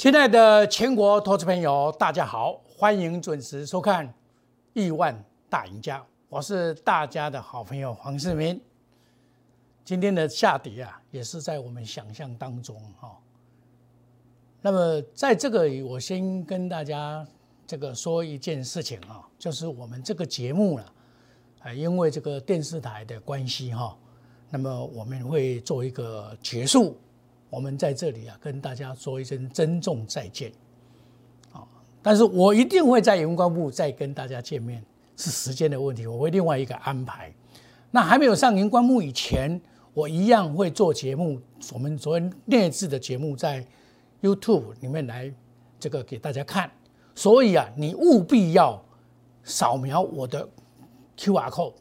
亲爱的全国投资朋友，大家好，欢迎准时收看《亿万大赢家》，我是大家的好朋友黄世明。今天的下跌啊，也是在我们想象当中哈。那么在这个里，我先跟大家说一件事情啊，就是我们这个节目呢，因为这个电视台的关系哈，那么我们会做一个结束。我们在这里啊，跟大家说一声珍重再见，但是我一定会在荧光幕再跟大家见面，是时间的问题，我会另外一个安排。那还没有上荧光幕以前，我一样会做节目，我们昨天内置的节目在 YouTube 里面来给大家看，所以啊，你务必要扫描我的 QR code，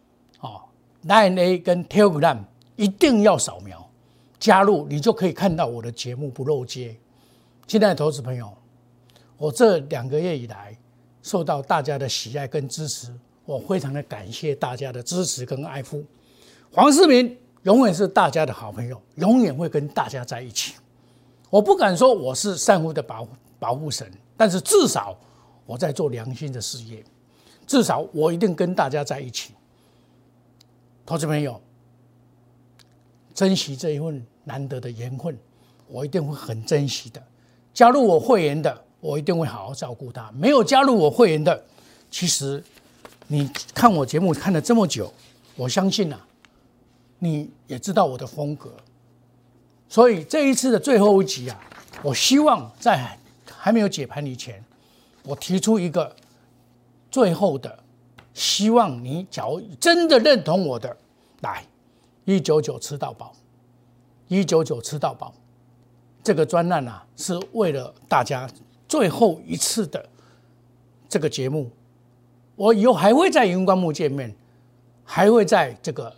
Line 跟 Telegram 一定要扫描。加入你就可以看到我的节目不漏接。亲爱的投资朋友，我这2个月以来受到大家的喜爱跟支持，我非常的感谢大家的支持跟爱护。黄世明永远是大家的好朋友，永远会跟大家在一起。我不敢说我是散户的保护神，但是至少我在做良心的事业，至少我一定跟大家在一起。投资朋友，珍惜这一份难得的缘分，我一定会很珍惜的。加入我会员的，我一定会好好照顾他；没有加入我会员的，其实你看我节目看了这么久，我相信啊，你也知道我的风格。所以这一次的最后一集啊，我希望在还没有解盘以前，我提出一个最后的，希望你假如真的认同我的，来199吃到饱，199吃到饱，这个专案啊，是为了大家最后一次的这个节目。我以后还会在荧光幕见面，还会在这个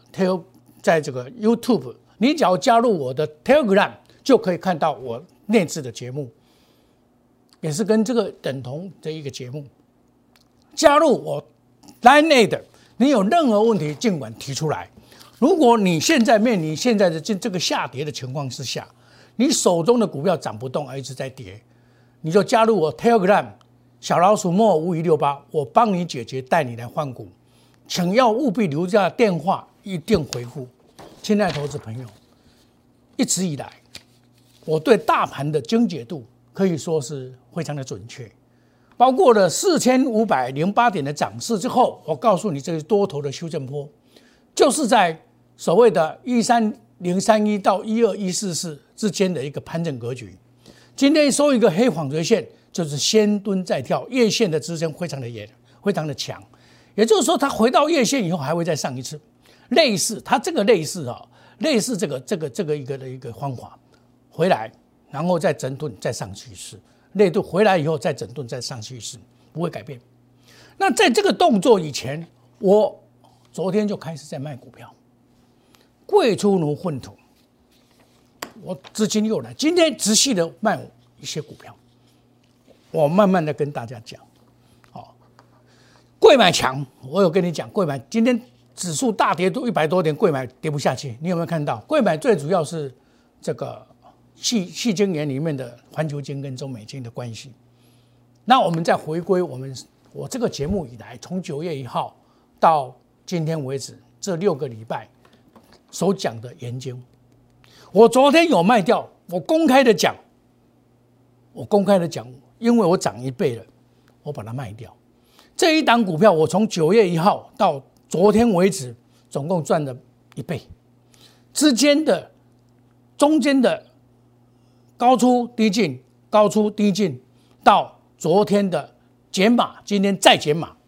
YouTube， 你只要加入我的 Telegram 就可以看到我内置的节目，也是跟这个等同的一个节目。加入我 Line 的，你有任何问题尽管提出来。如果你现在面临现在的这个下跌的情况之下，你手中的股票涨不动而一直在跌，你就加入我 Telegram 小老鼠5168，我帮你解决，带你来换股，请要务必留下电话，一定回复。亲爱的投资朋友，一直以来我对大盘的精解度可以说是非常的准确，包括了4508点的涨势之后，我告诉你这是多头的修正波，就是在所谓的13031到12144之间的一个盘整格局。今天收一个黑纺锤线，就是先蹲再跳，月线的支撑非常的严，非常的强。也就是说，它回到月线以后还会再上一次，类似它这个类似这个一个方法回来，然后再整顿再上去一次，内度回来以后再整顿再上去一次，不会改变。那在这个动作以前，我昨天就开始在卖股票，贵出如粪土，我资金又来，今天持续的卖一些股票，我慢慢的跟大家讲，贵买强，我有跟你讲，贵买今天指数大跌都100多点，贵买跌不下去，你有没有看到？贵买最主要是这个矽晶圆里面的环球晶跟中美晶的关系。那我们再回归我这个节目以来，从9月1号到今天为止，这6个礼拜所讲的研究，我昨天有卖掉，我公开的讲，因为我涨1倍了，我把它卖掉。这一档股票，我从9月1号到昨天为止，总共赚了1倍，中间的高出低进，高出低进，到昨天的减码，今天再减码。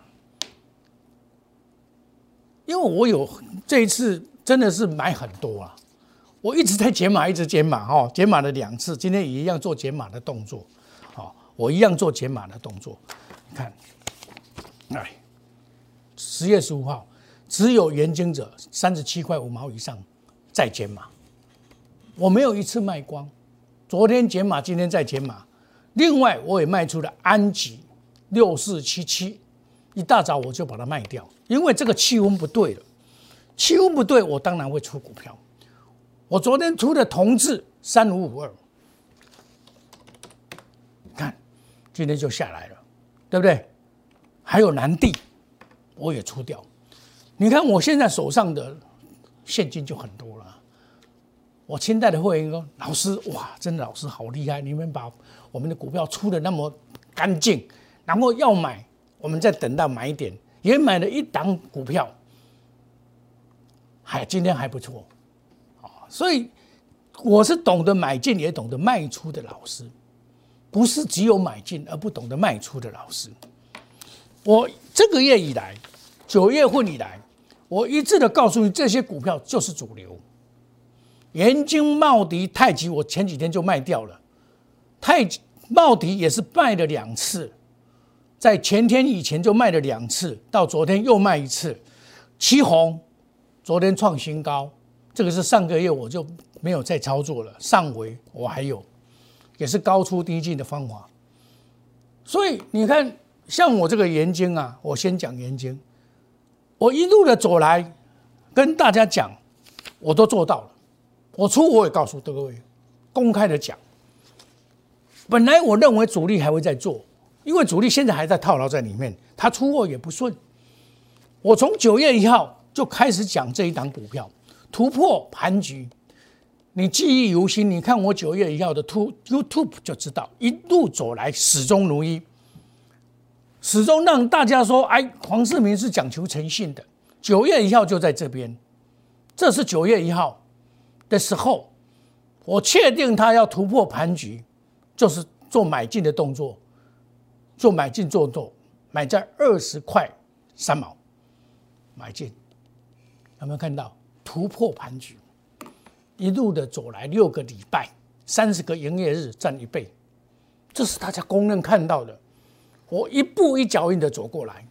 因为我有这一次真的是买很多啊，我一直在减码，一直减码，减码了2次，今天也一样做减码的动作，我一样做减码的动作。你看，10月15号，只有元晶者37块5毛以上再减码，我没有一次卖光，昨天减码，今天再减码。另外，我也卖出了安吉6477，一大早我就把它卖掉，因为这个气温不对了，气温不对，我当然会出股票。我昨天出的同志3552， 今天就下来了，对不对？还有南地，我也出掉。你看我现在手上的现金就很多了。我清代的会员说：“老师，哇，真的老师好厉害！你们把我们的股票出的那么干净，然后要买，我们再等到买点，也买了一档股票，今天还不错，所以我是懂得买进也懂得卖出的老师，不是只有买进而不懂得卖出的老师。我这个月以来，9月份以来，我一致的告诉你，这些股票就是主流。”元晶、茂迪、太极，我前几天就卖掉了。茂迪也是卖了2次，在前天以前就卖了2次，到昨天又卖1次。旗宏昨天创新高，这个是上个月我就没有再操作了。上回我还有，也是高出低进的方法。所以你看，像我这个元晶啊，我先讲元晶，我一路的走来，跟大家讲，我都做到了。我也告诉各位，公开的讲，本来我认为主力还会再做，因为主力现在还在套牢在里面，他出货也不顺。我从9月1号就开始讲这一档股票突破盘局，你记忆犹新。你看我9月1号的 YouTube 就知道，一路走来始终如一，始终让大家说，黄世明是讲求诚信的。9月1号就在这边，这是9月1号。的时候，我确定他要突破盘局，就是做买进的动作，做买进动作，买在20块3毛，买进，有没有看到突破盘局？一路的走来6个礼拜，30个营业日占1倍，这是大家公认看到的。我一步一脚印的走过来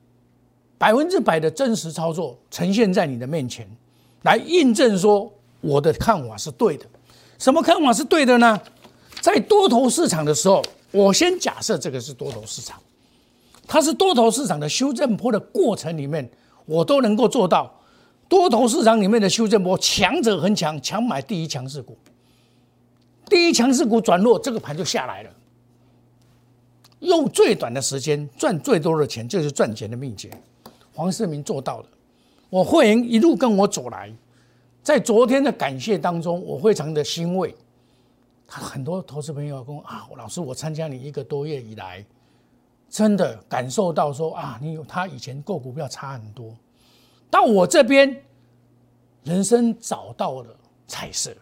，100%的真实操作呈现在你的面前，来印证说。我的看法是对的，什么看法是对的呢？在多头市场的时候，我先假设这个是多头市场，它是多头市场的修正波的过程里面，我都能够做到。多头市场里面的修正波，强者恒强，强买第一强势股，第一强势股转弱，这个盘就下来了。用最短的时间赚最多的钱，就是赚钱的秘诀。黄世明做到了，我会员一路跟我走来。在昨天的感谢当中，我非常的欣慰。很多投资朋友跟我老师，我参加你1个多月以来，真的感受到说他以前购股票差很多，到我这边，人生找到了彩色。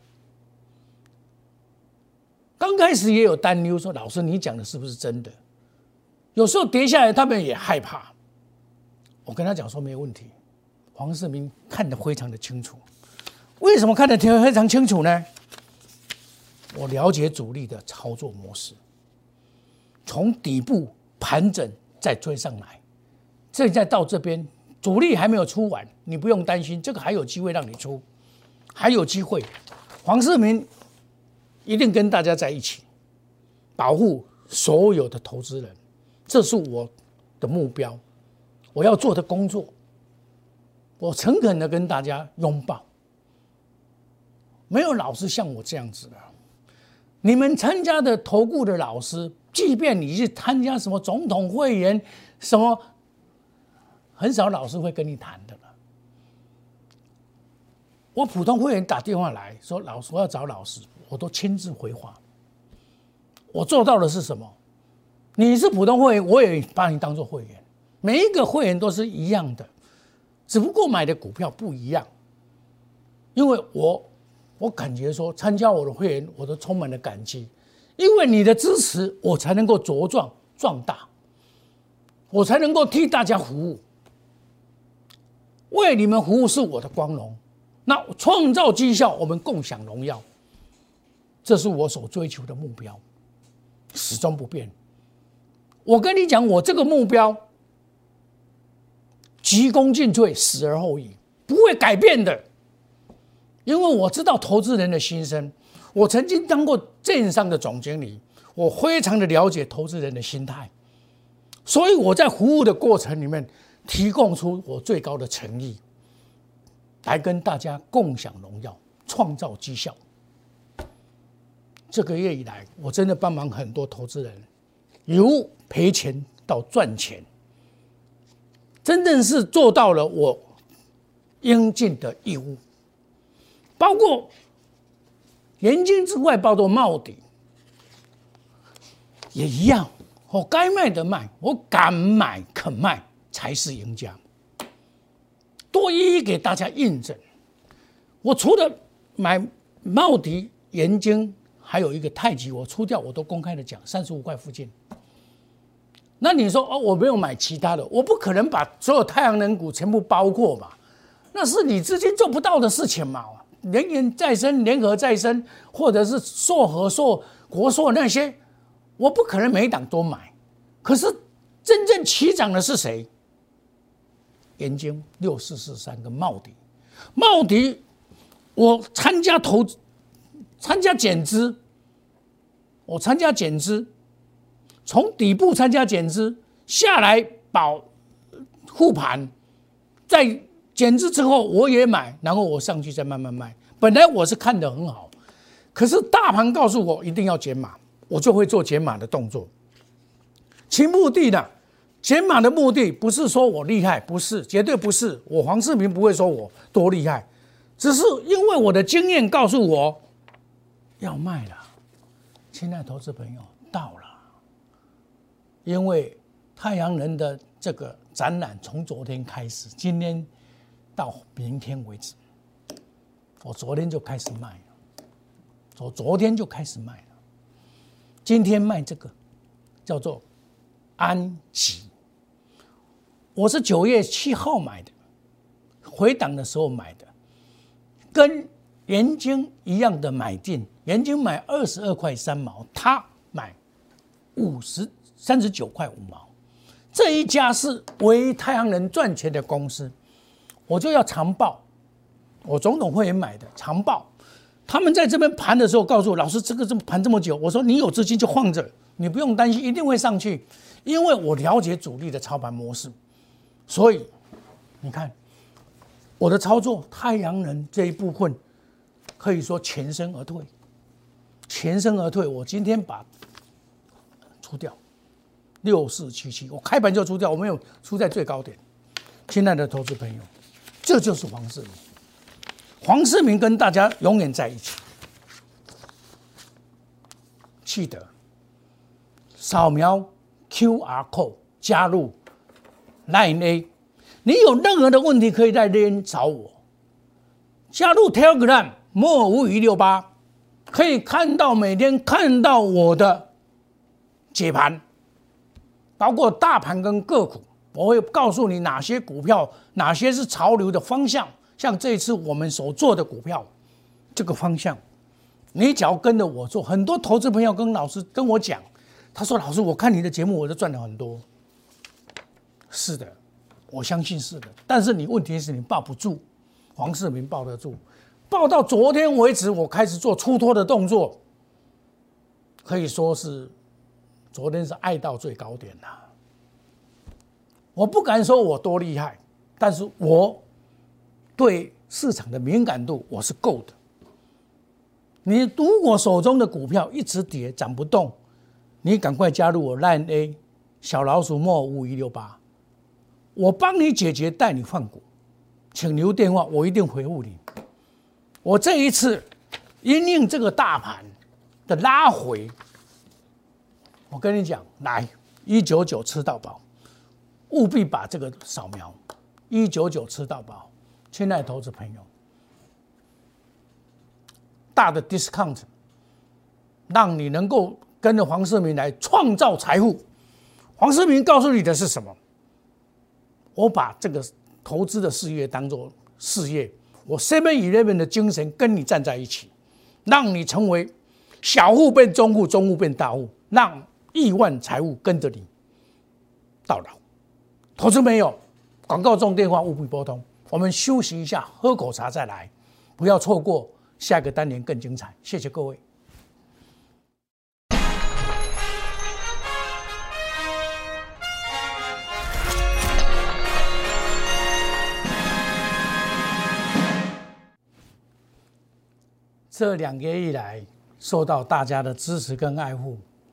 刚开始也有担忧，说老师你讲的是不是真的？有时候跌下来，他们也害怕。我跟他讲说没有问题，黄世明看得非常的清楚。为什么看得非常清楚呢？我了解主力的操作模式，从底部盘整再追上来，现在到这边主力还没有出完，你不用担心，这个还有机会让你出，还有机会。黄世明一定跟大家在一起，保护所有的投资人，这是我的目标，我要做的工作。我诚恳的跟大家拥抱。没有老师像我这样子的，你们参加的投顾的老师，即便你去参加什么总统会员，什么很少老师会跟你谈的了。我普通会员打电话来说，老师我要找老师，我都亲自回话。我做到的是什么？你是普通会员，我也把你当作会员，每一个会员都是一样的，只不过买的股票不一样。因为我感觉说，参加我的会员，我都充满了感激，因为你的支持，我才能够茁壮大，我才能够替大家服务，为你们服务是我的光荣。那创造绩效，我们共享荣耀，这是我所追求的目标，始终不变。我跟你讲，我这个目标，急功近利，死而后已，不会改变的。因为我知道投资人的心声，我曾经当过券商的总经理，我非常的了解投资人的心态，所以我在服务的过程里面提供出我最高的诚意，来跟大家共享荣耀，创造绩效。这个月以来，我真的帮忙很多投资人由赔钱到赚钱，真正是做到了我应尽的义务，包括盐津之外，包括茂迪也一样。我该卖的卖，我敢买肯卖才是赢家。多一一给大家印证。我除了买茂迪、盐津，还有一个太极，我出掉我都公开的讲，35块附近。那你说我没有买其他的，我不可能把所有太阳能股全部包括嘛？那是你资金做不到的事情嘛。能源再生、联合再生，或者是硕和硕、国硕那些。我不可能每一档都买，可是真正起涨的是谁？盐津6443跟茂迪，茂迪我参加减资，从底部参加减资下来保护盘，在减资之后我也买，然后我上去再慢慢卖。本来我是看得很好，可是大盘告诉我一定要减码。我就会做减码的动作，其目的呢？减码的目的不是说我厉害，不是，绝对不是。我黄世明不会说我多厉害，只是因为我的经验告诉我要卖了。亲爱的投资朋友，到了，因为太阳能的这个展览从昨天开始，今天到明天为止，我昨天就开始卖了，昨天就开始卖了。今天卖这个叫做安吉，我是9月7号买的，回档的时候买的，跟盐津一样的买进，盐津买22块3毛，他买39块5毛，这一家是为太阳能赚钱的公司，我就要长报，我总统会员买的长报。他们在这边盘的时候告诉我，老师这个盘这么久，我说你有资金就放着，你不用担心，一定会上去，因为我了解主力的操盘模式，所以你看我的操作，太阳能这一部分可以说全身而退，我今天把出掉6477，我开盘就出掉，我没有出在最高点。亲爱的投资朋友，这就是黄世明。黄世明跟大家永远在一起，记得扫描 QR code 加入 Line A， 你有任何的问题可以在那边找我。加入 Telegram 莫无鱼68，可以每天看到我的解盘，包括大盘跟个股，我会告诉你哪些股票，哪些是潮流的方向。像这一次我们所做的股票，这个方向，你只要跟着我做，很多投资朋友跟老师跟我讲，他说：“老师，我看你的节目，我就赚了很多。”是的，我相信是的。但是问题是你抱不住，黄世明抱得住，抱到昨天为止，我开始做出脱的动作，可以说是昨天是爱到最高点了。我不敢说我多厉害，但是我对市场的敏感度我是够的。你如果手中的股票一直跌涨不动，你赶快加入我 Line A 小老鼠5168，我帮你解决，带你换股，请留电话，我一定回复你。我这一次因应这个大盘的拉回，我跟你讲，来199吃到饱，务必把这个扫描199吃到饱。亲爱的投资朋友，大的 discount 让你能够跟着黄世明来创造财富。黄世明告诉你的是什么？我把这个投资的事业当作事业，我 7-11 的精神跟你站在一起，让你成为小户变中户，中户变大户，让亿万财富跟着你到老。投资朋友，广告中电话务必拨通。我们休息一下，喝口茶再来，不要错过下一个单元更精彩。谢谢各位。这2个月以来，受到大家的支持跟爱护，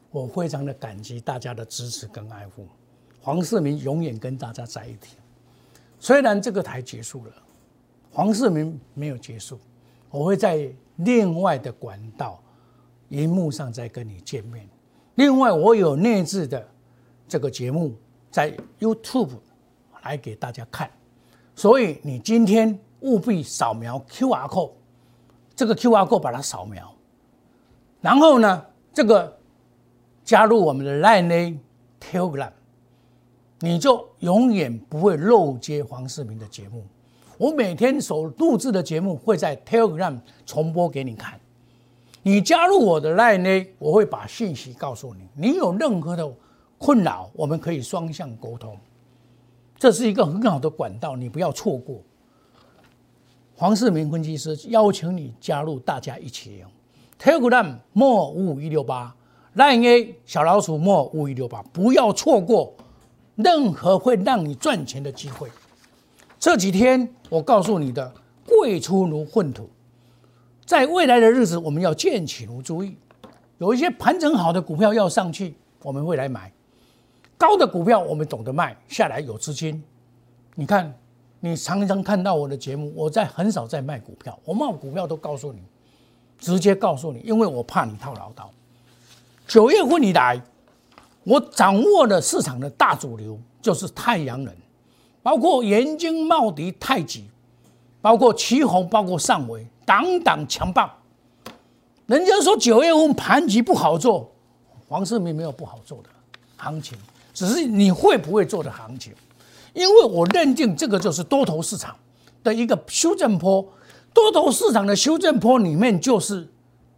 我非常的感激大家的支持跟爱护。黄世明永远跟大家在一起。虽然这个台结束了，黄世明没有结束，我会在另外的管道、荧幕上再跟你见面。另外，我有内置的这个节目在 YouTube 来给大家看，所以你今天务必扫描 QR code， 这个 QR code 把它扫描，然后呢，这个加入我们的 Line Telegram。你就永远不会漏接黄世明的节目。我每天所录制的节目会在 Telegram 重播给你看。你加入我的 Line， 我会把信息告诉你。你有任何的困扰，我们可以双向沟通。这是一个很好的管道，你不要错过。黄世明分析师邀请你加入，大家一起用 Telegram more55168 Line 小老鼠 more55168， 不要错过任何会让你赚钱的机会。这几天我告诉你的，贵出如粪土，在未来的日子我们要见起如注意。有一些盘整好的股票要上去，我们会来买；高的股票我们懂得卖，下来有资金。你看，你常常看到我的节目，我很少在卖股票，我卖股票都告诉你，直接告诉你，因为我怕你套牢到。9月份以来，我掌握了市场的大主流，就是太阳能，包括元晶、茂迪、太极，包括旗宏，包括上緯，档档强棒。人家说9月份盘局不好做，黄世明没有不好做的行情，只是你会不会做的行情。因为我认定这个就是多头市场的一个修正波，多头市场的修正波里面就是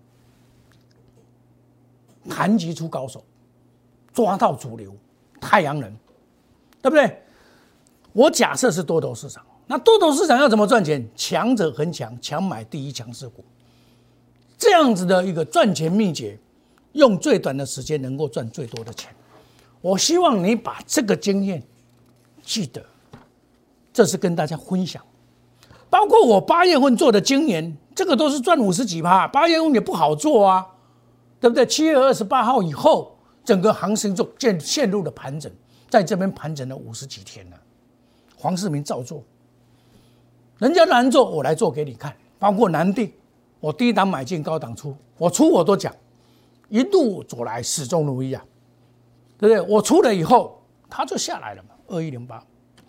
盘局出高手。抓到主流，太阳能，对不对？我假设是多头市场，那多头市场要怎么赚钱？强者恒强，强买第一强势股，这样子的一个赚钱秘诀，用最短的时间能够赚最多的钱。我希望你把这个经验记得，这是跟大家分享。包括我8月份做的今年，这个都是赚50几%，8月份也不好做啊，对不对？7月28号以后，整个行情就陷入了盘整，在这边盘整了50几天了。黄世明照做，人家难做，我来做给你看。包括南地，我低档买进，高档出，我都讲，一路走来始终如一啊，对不对？我出了以后，它就下来了嘛，2108，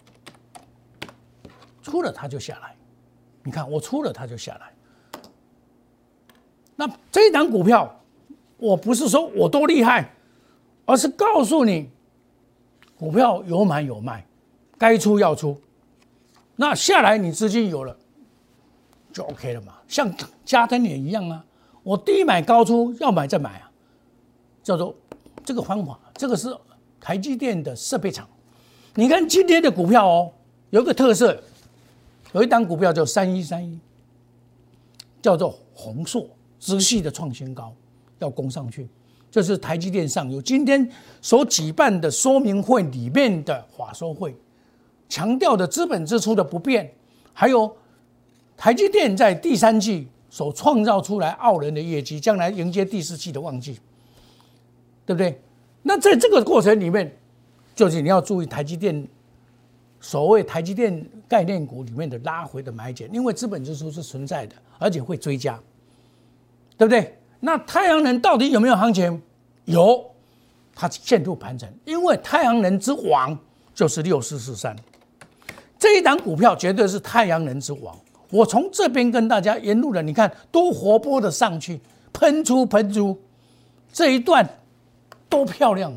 出了它就下来。你看我出了它就下来。那这一档股票，我不是说我多厉害，而是告诉你，股票有买有卖，该出要出。那下来你资金有了，就 OK 了嘛。像嘉登也一样啊，我低买高出，要买再买啊，叫做这个方法。这个是台积电的设备厂。你看今天的股票哦，有一个特色，有一档股票叫3131，叫做宏硕，直系的创新高，要攻上去。这是台积电上游今天所举办的说明会里面的法说会，强调的资本支出的不变，还有台积电在第3季所创造出来傲人的业绩，将来迎接第4季的旺季，对不对？那在这个过程里面，就是你要注意台积电所谓台积电概念股里面的拉回的买点，因为资本支出是存在的，而且会追加，对不对？那太阳能到底有没有行情？有，它陷入盘整，因为太阳能之王就是6443，这一档股票绝对是太阳能之王。我从这边跟大家沿路的，你看多活泼的上去，喷出，这一段多漂亮！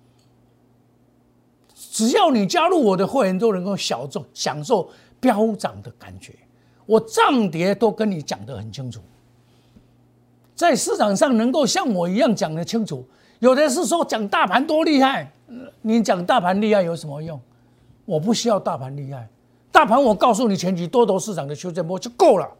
只要你加入我的会员，都能够享受飙涨的感觉。我涨跌都跟你讲得很清楚。在市场上能够像我一样讲得清楚，有的是说讲大盘多厉害，你讲大盘厉害有什么用？我不需要大盘厉害，大盘我告诉你，前期多头市场的修正波就够了，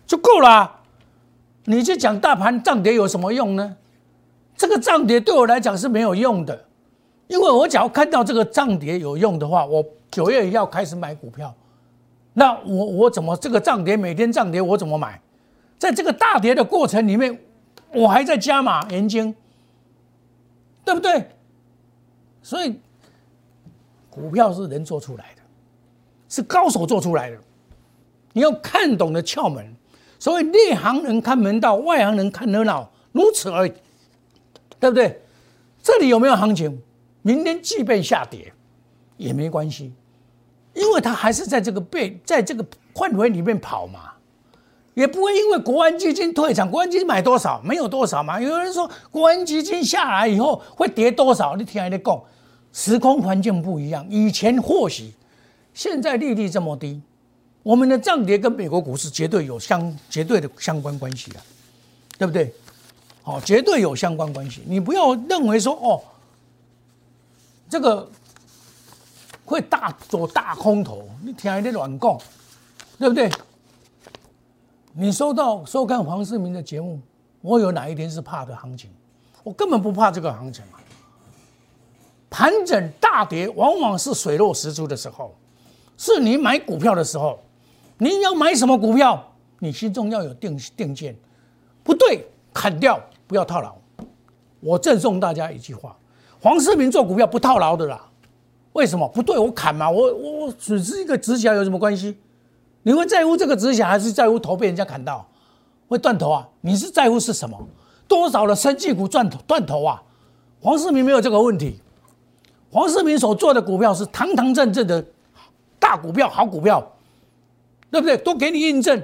你去讲大盘涨跌有什么用呢？这个涨跌对我来讲是没有用的，因为我只要看到这个涨跌有用的话，我9月要开始买股票，那我怎么这个涨跌每天涨跌我怎么买？在这个大跌的过程里面，我还在加码元晶， 对不对？所以股票是人做出来的，是高手做出来的。你要看懂的窍门，所谓内行人看门道，外行人看热闹，如此而已，对不对？这里有没有行情？明天即便下跌也没关系，因为它还是在这个范围里面跑嘛，也不会因为国安基金退场，国安基金买多少没有多少嘛。有人说国安基金下来以后会跌多少，你听人家讲，时空环境不一样，以前或许，现在利率这么低。我们的涨跌跟美国股市绝对的相关关系啊，对不对？好，绝对有相关关系。你不要认为说哦，这个会走大空头，你听人家乱讲，对不对？你收看黄世明的节目，我有哪一天是怕的行情？我根本不怕这个行情啊。盘整大跌往往是水落石出的时候，是你买股票的时候。你要买什么股票？你心中要有定见，不对，砍掉，不要套牢。我赠送大家一句话：黄世明做股票不套牢的啦。为什么？不对，我砍嘛，我只是一个指甲有什么关系？你会在乎这个指甲，还是在乎头被人家砍到会断头啊？你是在乎是什么？多少的生技股断头啊？黄世明没有这个问题。黄世明所做的股票是堂堂正正的大股票、好股票。对不对？都给你印证。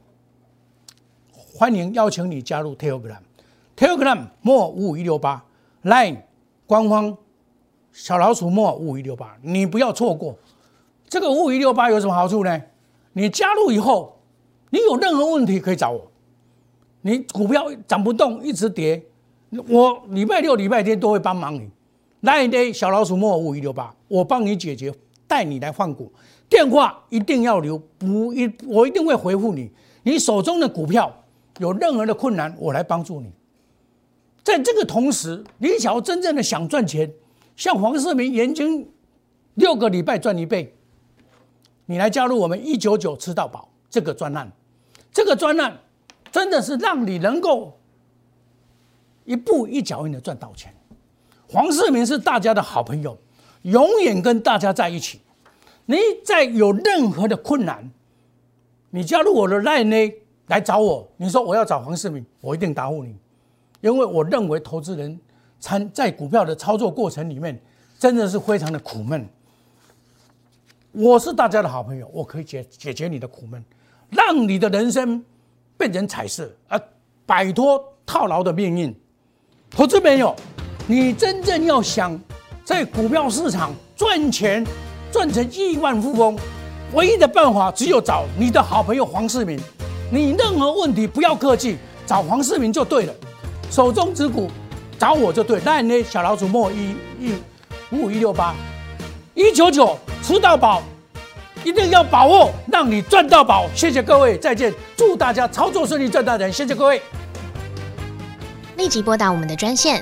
欢迎邀请你加入 Telegram more 55168 Line 官方小老鼠 more 55168，你不要错过。这个55168有什么好处呢？你加入以后，你有任何问题可以找我。你股票涨不动，一直跌，我礼拜六、礼拜天都会帮忙你。Line 小老鼠 more 55168，我帮你解决，带你来换股。电话一定要留，我一定会回复你。你手中的股票有任何的困难，我来帮助你。在这个同时，你想要真正的想赚钱，像黄世明研经6个礼拜赚1倍，你来加入我们199吃到饱这个专案。这个专案真的是让你能够一步一脚印的赚到钱。黄世明是大家的好朋友，永远跟大家在一起。你在有任何的困难，你加入我的 LINE 来找我，你说我要找黄世明，我一定答复你，因为我认为投资人在股票的操作过程里面真的是非常的苦闷。我是大家的好朋友，我可以解决你的苦闷，让你的人生变成彩色，而摆脱套牢的命运。投资朋友，你真正要想在股票市场赚钱，赚成亿万富翁，唯一的办法只有找你的好朋友黄世明。你任何问题不要客气，找黄世明就对了。手中持股找我就对。那呢，小老鼠莫15168 199吃到饱，一定要把握，让你赚到饱。谢谢各位，再见，祝大家操作顺利，赚大钱。谢谢各位。 立即拨打我们的专线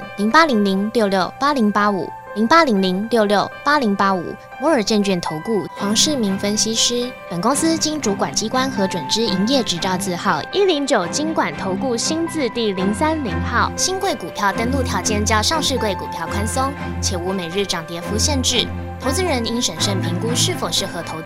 0800668085。0800668085，摩尔证券投顾黄世明分析师。本公司经主管机关核准之营业执照字号109金管投顾新字第030号。新贵股票登录条件较上市贵股票宽松，且无每日涨跌幅限制。投资人应审慎评估是否适合投资。